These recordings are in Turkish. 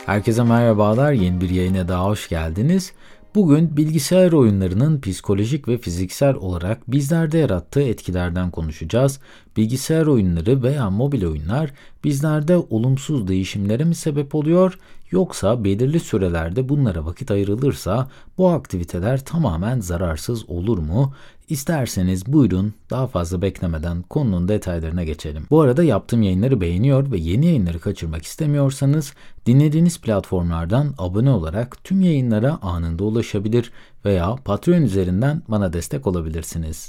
Herkese merhabalar, yeni bir yayına daha hoş geldiniz. Bugün bilgisayar oyunlarının psikolojik ve fiziksel olarak bizlerde yarattığı etkilerden konuşacağız. Bilgisayar oyunları veya mobil oyunlar bizlerde olumsuz değişimlere mi sebep oluyor, yoksa belirli sürelerde bunlara vakit ayrılırsa bu aktiviteler tamamen zararsız olur mu? İsterseniz buyurun, daha fazla beklemeden konunun detaylarına geçelim. Bu arada yaptığım yayınları beğeniyor ve yeni yayınları kaçırmak istemiyorsanız dinlediğiniz platformlardan abone olarak tüm yayınlara anında ulaşabilir veya Patreon üzerinden bana destek olabilirsiniz.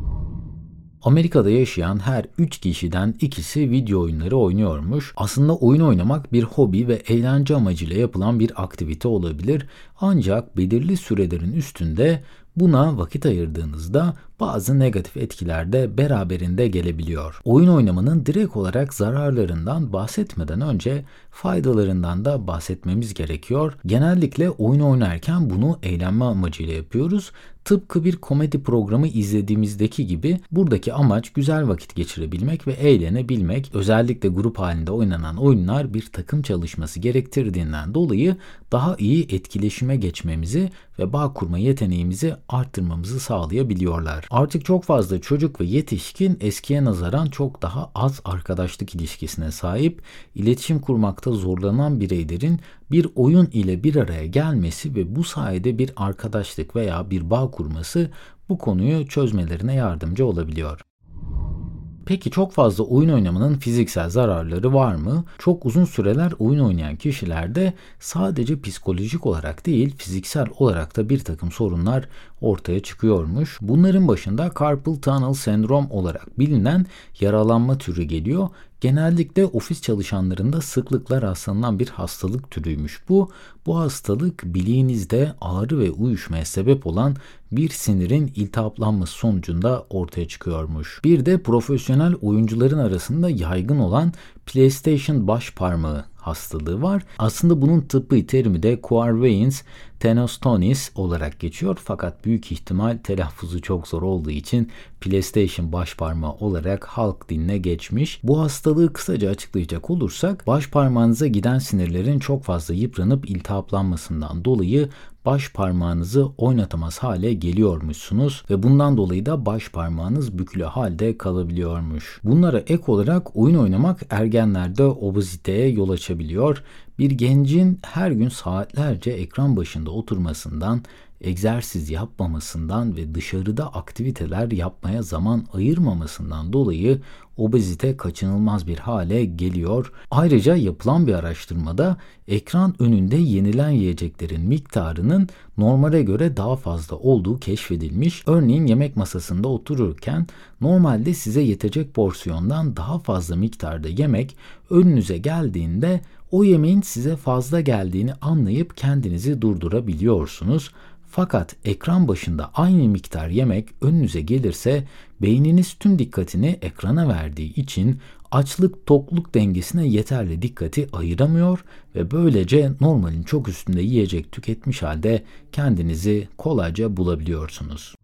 Amerika'da yaşayan her 3 kişiden ikisi video oyunları oynuyormuş. Aslında oyun oynamak bir hobi ve eğlence amacıyla yapılan bir aktivite olabilir. Ancak belirli sürelerin üstünde buna vakit ayırdığınızda bazı negatif etkiler de beraberinde gelebiliyor. Oyun oynamanın direkt olarak zararlarından bahsetmeden önce faydalarından da bahsetmemiz gerekiyor. Genellikle oyun oynarken bunu eğlenme amacıyla yapıyoruz. Tıpkı bir komedi programı izlediğimizdeki gibi buradaki amaç güzel vakit geçirebilmek ve eğlenebilmek. Özellikle grup halinde oynanan oyunlar bir takım çalışması gerektirdiğinden dolayı daha iyi etkileşime geçmemizi ve bağ kurma yeteneğimizi arttırmamızı sağlayabiliyorlar. Artık çok fazla çocuk ve yetişkin eskiye nazaran çok daha az arkadaşlık ilişkisine sahip, iletişim kurmakta zorlanan bireylerin bir oyun ile bir araya gelmesi ve bu sayede bir arkadaşlık veya bir bağ kurması bu konuyu çözmelerine yardımcı olabiliyor. Peki çok fazla oyun oynamanın fiziksel zararları var mı? Çok uzun süreler oyun oynayan kişilerde sadece psikolojik olarak değil, fiziksel olarak da bir takım sorunlar ortaya çıkıyormuş. Bunların başında carpal tunnel sendrom olarak bilinen yaralanma türü geliyor. Genellikle ofis çalışanlarında sıklıkla rastlanan bir hastalık türüymüş bu. Bu hastalık bileğinizde ağrı ve uyuşmaya sebep olan bir sinirin iltihaplanması sonucunda ortaya çıkıyormuş. Bir de profesyonel oyuncuların arasında yaygın olan PlayStation baş parmağı hastalığı var. Aslında bunun tıbbi terimi de Quervains tenostonis olarak geçiyor. Fakat büyük ihtimal telaffuzu çok zor olduğu için PlayStation baş parmağı olarak halk diline geçmiş. Bu hastalığı kısaca açıklayacak olursak, baş parmağınıza giden sinirlerin çok fazla yıpranıp iltihaplanmasından dolayı baş parmağınızı oynatamaz hale geliyormuşsunuz ve bundan dolayı da baş parmağınız bükülü halde kalabiliyormuş. Bunlara ek olarak oyun oynamak ergenlerde obeziteye yol açabiliyor. Bir gencin her gün saatlerce ekran başında oturmasından, egzersiz yapmamasından ve dışarıda aktiviteler yapmaya zaman ayırmamasından dolayı obezite kaçınılmaz bir hale geliyor. Ayrıca yapılan bir araştırmada ekran önünde yenilen yiyeceklerin miktarının normale göre daha fazla olduğu keşfedilmiş. Örneğin yemek masasında otururken normalde size yetecek porsiyondan daha fazla miktarda yemek önünüze geldiğinde o yemeğin size fazla geldiğini anlayıp kendinizi durdurabiliyorsunuz. Fakat ekran başında aynı miktar yemek önünüze gelirse beyniniz tüm dikkatini ekrana verdiği için açlık tokluk dengesine yeterli dikkati ayıramıyor ve böylece normalin çok üstünde yiyecek tüketmiş halde kendinizi kolayca bulabiliyorsunuz.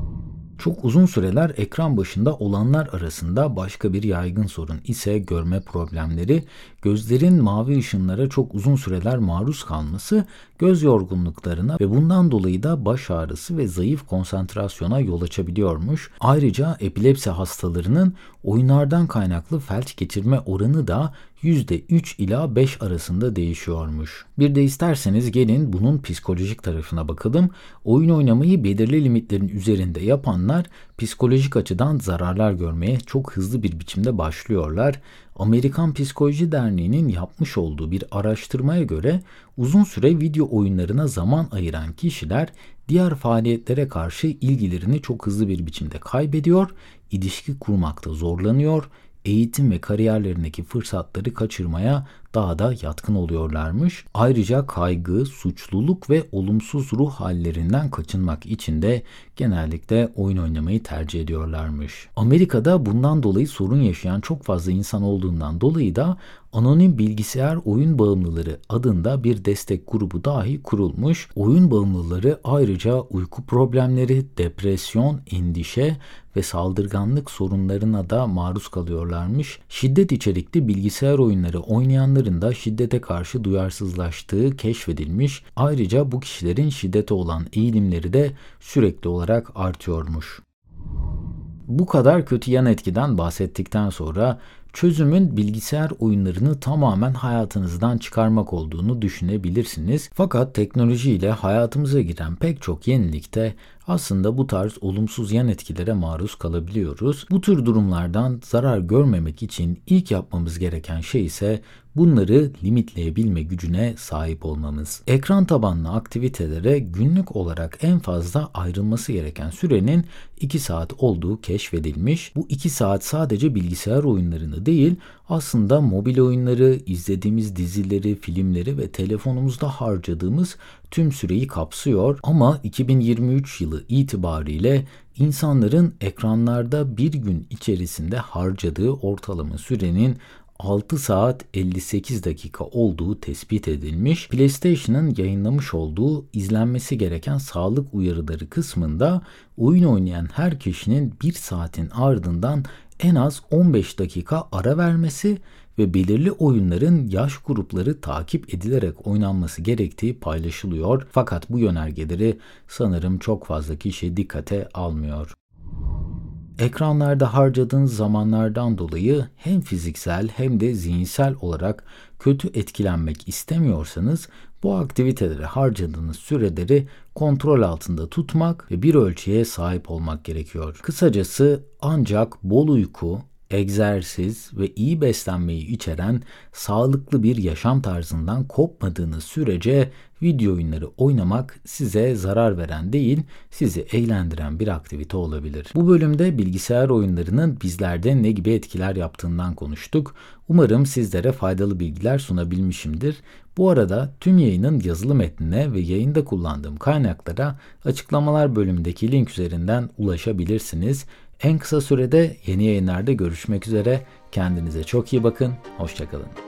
Çok uzun süreler ekran başında olanlar arasında başka bir yaygın sorun ise görme problemleri. Gözlerin mavi ışınlara çok uzun süreler maruz kalması göz yorgunluklarına ve bundan dolayı da baş ağrısı ve zayıf konsantrasyona yol açabiliyormuş. Ayrıca epilepsi hastalarının oyunlardan kaynaklı felç geçirme oranı da %3 ila 5 arasında değişiyormuş. Bir de isterseniz gelin bunun psikolojik tarafına bakalım. Oyun oynamayı belirli limitlerin üzerinde yapanlar psikolojik açıdan zararlar görmeye çok hızlı bir biçimde başlıyorlar. Amerikan Psikoloji Derneği'nin yapmış olduğu bir araştırmaya göre uzun süre video oyunlarına zaman ayıran kişiler diğer faaliyetlere karşı ilgilerini çok hızlı bir biçimde kaybediyor, ilişki kurmakta zorlanıyor, eğitim ve kariyerlerindeki fırsatları kaçırmaya daha da yatkın oluyorlarmış. Ayrıca kaygı, suçluluk ve olumsuz ruh hallerinden kaçınmak için de genellikle oyun oynamayı tercih ediyorlarmış. Amerika'da bundan dolayı sorun yaşayan çok fazla insan olduğundan dolayı da Anonim Bilgisayar Oyun Bağımlıları adında bir destek grubu dahi kurulmuş. Oyun bağımlıları ayrıca uyku problemleri, depresyon, endişe ve saldırganlık sorunlarına da maruz kalıyorlarmış. Şiddet içerikli bilgisayar oyunları oynayanların insanların da şiddete karşı duyarsızlaştığı keşfedilmiş. Ayrıca bu kişilerin şiddete olan eğilimleri de sürekli olarak artıyormuş. Bu kadar kötü yan etkiden bahsettikten sonra çözümün bilgisayar oyunlarını tamamen hayatınızdan çıkarmak olduğunu düşünebilirsiniz. Fakat teknolojiyle hayatımıza giren pek çok yenilikte aslında bu tarz olumsuz yan etkilere maruz kalabiliyoruz. Bu tür durumlardan zarar görmemek için ilk yapmamız gereken şey ise bunları limitleyebilme gücüne sahip olmamız. Ekran tabanlı aktivitelere günlük olarak en fazla ayrılması gereken sürenin 2 saat olduğu keşfedilmiş. Bu 2 saat sadece bilgisayar oyunlarını değil, aslında mobil oyunları, izlediğimiz dizileri, filmleri ve telefonumuzda harcadığımız tüm süreyi kapsıyor. Ama 2023 yılı itibariyle insanların ekranlarda bir gün içerisinde harcadığı ortalama sürenin 6 saat 58 dakika olduğu tespit edilmiş. PlayStation'ın yayınlamış olduğu izlenmesi gereken sağlık uyarıları kısmında oyun oynayan her kişinin 1 saatin ardından en az 15 dakika ara vermesi ve belirli oyunların yaş grupları takip edilerek oynanması gerektiği paylaşılıyor. Fakat bu yönergeleri sanırım çok fazla kişi dikkate almıyor. Ekranlarda harcadığınız zamanlardan dolayı hem fiziksel hem de zihinsel olarak kötü etkilenmek istemiyorsanız bu aktivitelere harcadığınız süreleri kontrol altında tutmak ve bir ölçüye sahip olmak gerekiyor. Kısacası ancak bol uyku, egzersiz ve iyi beslenmeyi içeren sağlıklı bir yaşam tarzından kopmadığınız sürece video oyunları oynamak size zarar veren değil, sizi eğlendiren bir aktivite olabilir. Bu bölümde bilgisayar oyunlarının bizlerde ne gibi etkiler yaptığından konuştuk. Umarım sizlere faydalı bilgiler sunabilmişimdir. Bu arada tüm yayının yazılı metnine ve yayında kullandığım kaynaklara açıklamalar bölümündeki link üzerinden ulaşabilirsiniz. En kısa sürede yeni yayınlarda görüşmek üzere. Kendinize çok iyi bakın. Hoşça kalın.